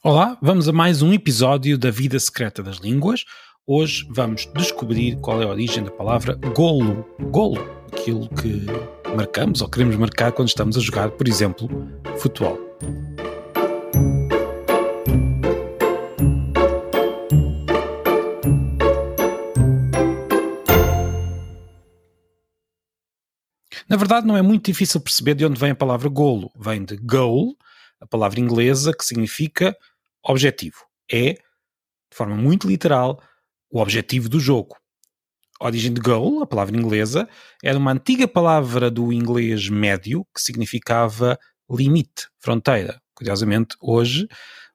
Olá, vamos a mais um episódio da Vida Secreta das Línguas. Hoje vamos descobrir qual é a origem da palavra golo. Golo, aquilo que marcamos ou queremos marcar quando estamos a jogar, por exemplo, futebol. Na verdade, não é muito difícil perceber de onde vem a palavra golo. Vem de goal, a palavra inglesa que significa objetivo. É, de forma muito literal, o objetivo do jogo. A origem de goal, a palavra inglesa, era uma antiga palavra do inglês médio que significava limite, fronteira. Curiosamente, hoje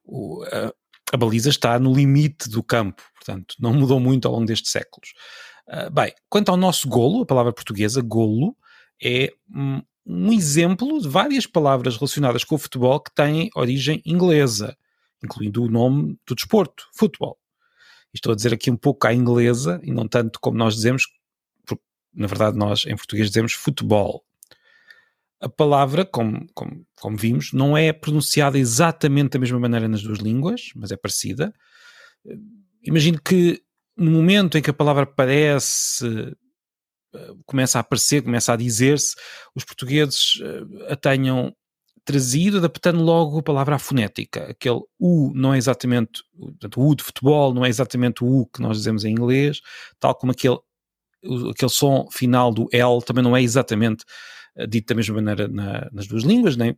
a baliza está no limite do campo, portanto, não mudou muito ao longo destes séculos. Bem, quanto ao nosso golo, a palavra portuguesa, golo, é um exemplo de várias palavras relacionadas com o futebol que têm origem inglesa, incluindo o nome do desporto, futebol. Estou a dizer aqui um pouco à inglesa e não tanto como nós dizemos, porque na verdade nós em português dizemos futebol. A palavra, como vimos, não é pronunciada exatamente da mesma maneira nas duas línguas, mas é parecida. Imagino que no momento em que a palavra aparece, começa a aparecer, começa a dizer-se, os portugueses a tenham trazido, adaptando logo a palavra à fonética. Aquele U não é exatamente, portanto, o U de futebol não é exatamente o U que nós dizemos em inglês, tal como aquele som final do L também não é exatamente dito da mesma maneira nas duas línguas, nem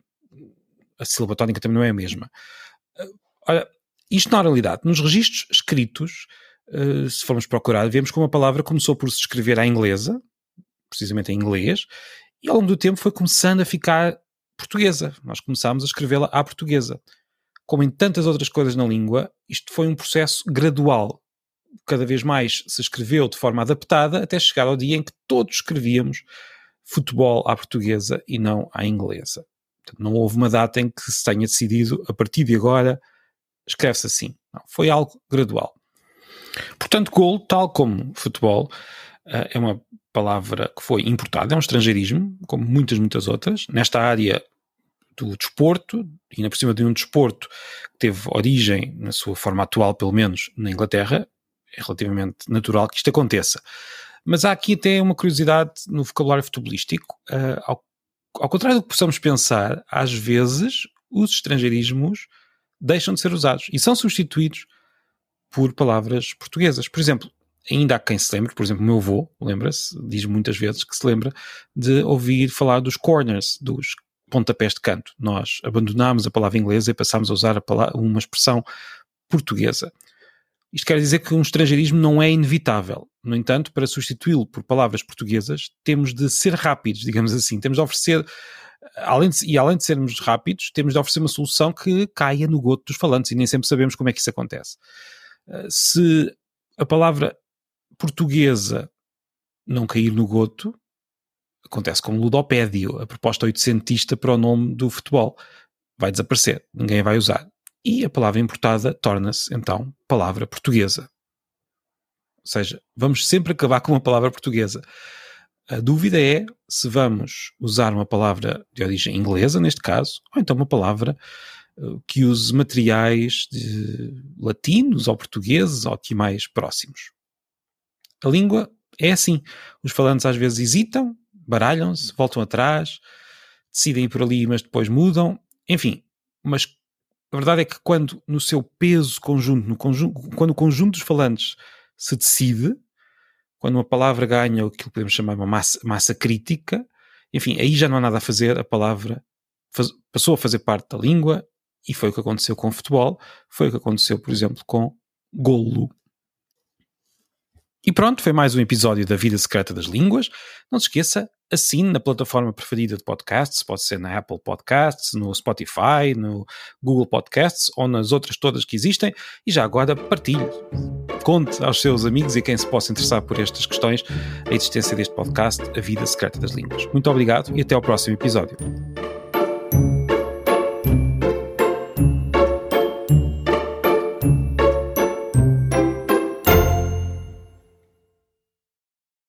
a sílaba tónica também não é a mesma. Olha, isto na oralidade, nos registros escritos, se formos procurar, vemos como a palavra começou por se escrever à inglesa, precisamente em inglês, e ao longo do tempo foi começando a ficar portuguesa. Nós começámos a escrevê-la à portuguesa. Como em tantas outras coisas na língua, isto foi um processo gradual. Cada vez mais se escreveu de forma adaptada até chegar ao dia em que todos escrevíamos futebol à portuguesa e não à inglesa. Portanto, não houve uma data em que se tenha decidido, a partir de agora, escreve-se assim. Não, foi algo gradual. Portanto, golo, tal como futebol, é uma palavra que foi importada, é um estrangeirismo, como muitas outras, nesta área do desporto, e ainda por cima de um desporto que teve origem, na sua forma atual, pelo menos, na Inglaterra. É relativamente natural que isto aconteça. Mas há aqui até uma curiosidade no vocabulário futebolístico. Ao contrário do que possamos pensar, às vezes os estrangeirismos deixam de ser usados e são substituídos por palavras portuguesas. Por exemplo, ainda há quem se lembre, por exemplo, o meu avô, lembra-se, diz muitas vezes que se lembra de ouvir falar dos corners, dos pontapés de canto. Nós abandonámos a palavra inglesa e passámos a usar uma expressão portuguesa. Isto quer dizer que um estrangeirismo não é inevitável. No entanto, para substituí-lo por palavras portuguesas, temos de ser rápidos, digamos assim. Temos de oferecer, além de sermos rápidos, temos de oferecer uma solução que caia no goto dos falantes e nem sempre sabemos como é que isso acontece. Se a palavra portuguesa não cair no goto, acontece como ludopédio, a proposta oitocentista para o nome do futebol. Vai desaparecer, ninguém vai usar. E a palavra importada torna-se, então, palavra portuguesa. Ou seja, vamos sempre acabar com uma palavra portuguesa. A dúvida é se vamos usar uma palavra de origem inglesa, neste caso, ou então uma palavra que use materiais latinos ou portugueses ou que mais próximos. A língua é assim. Os falantes às vezes hesitam, baralham-se, voltam atrás, decidem ir por ali, mas depois mudam. Enfim, mas a verdade é que quando no seu peso conjunto, quando o conjunto dos falantes se decide, quando uma palavra ganha o que podemos chamar de uma massa crítica, enfim, aí já não há nada a fazer, a palavra passou a fazer parte da língua e foi o que aconteceu com o futebol, foi o que aconteceu, por exemplo, com golo. E pronto, foi mais um episódio da Vida Secreta das Línguas. Não se esqueça, assine na plataforma preferida de podcasts, pode ser na Apple Podcasts, no Spotify, no Google Podcasts ou nas outras todas que existem. E já agora partilhe, conte aos seus amigos e quem se possa interessar por estas questões a existência deste podcast, A Vida Secreta das Línguas. Muito obrigado e até ao próximo episódio.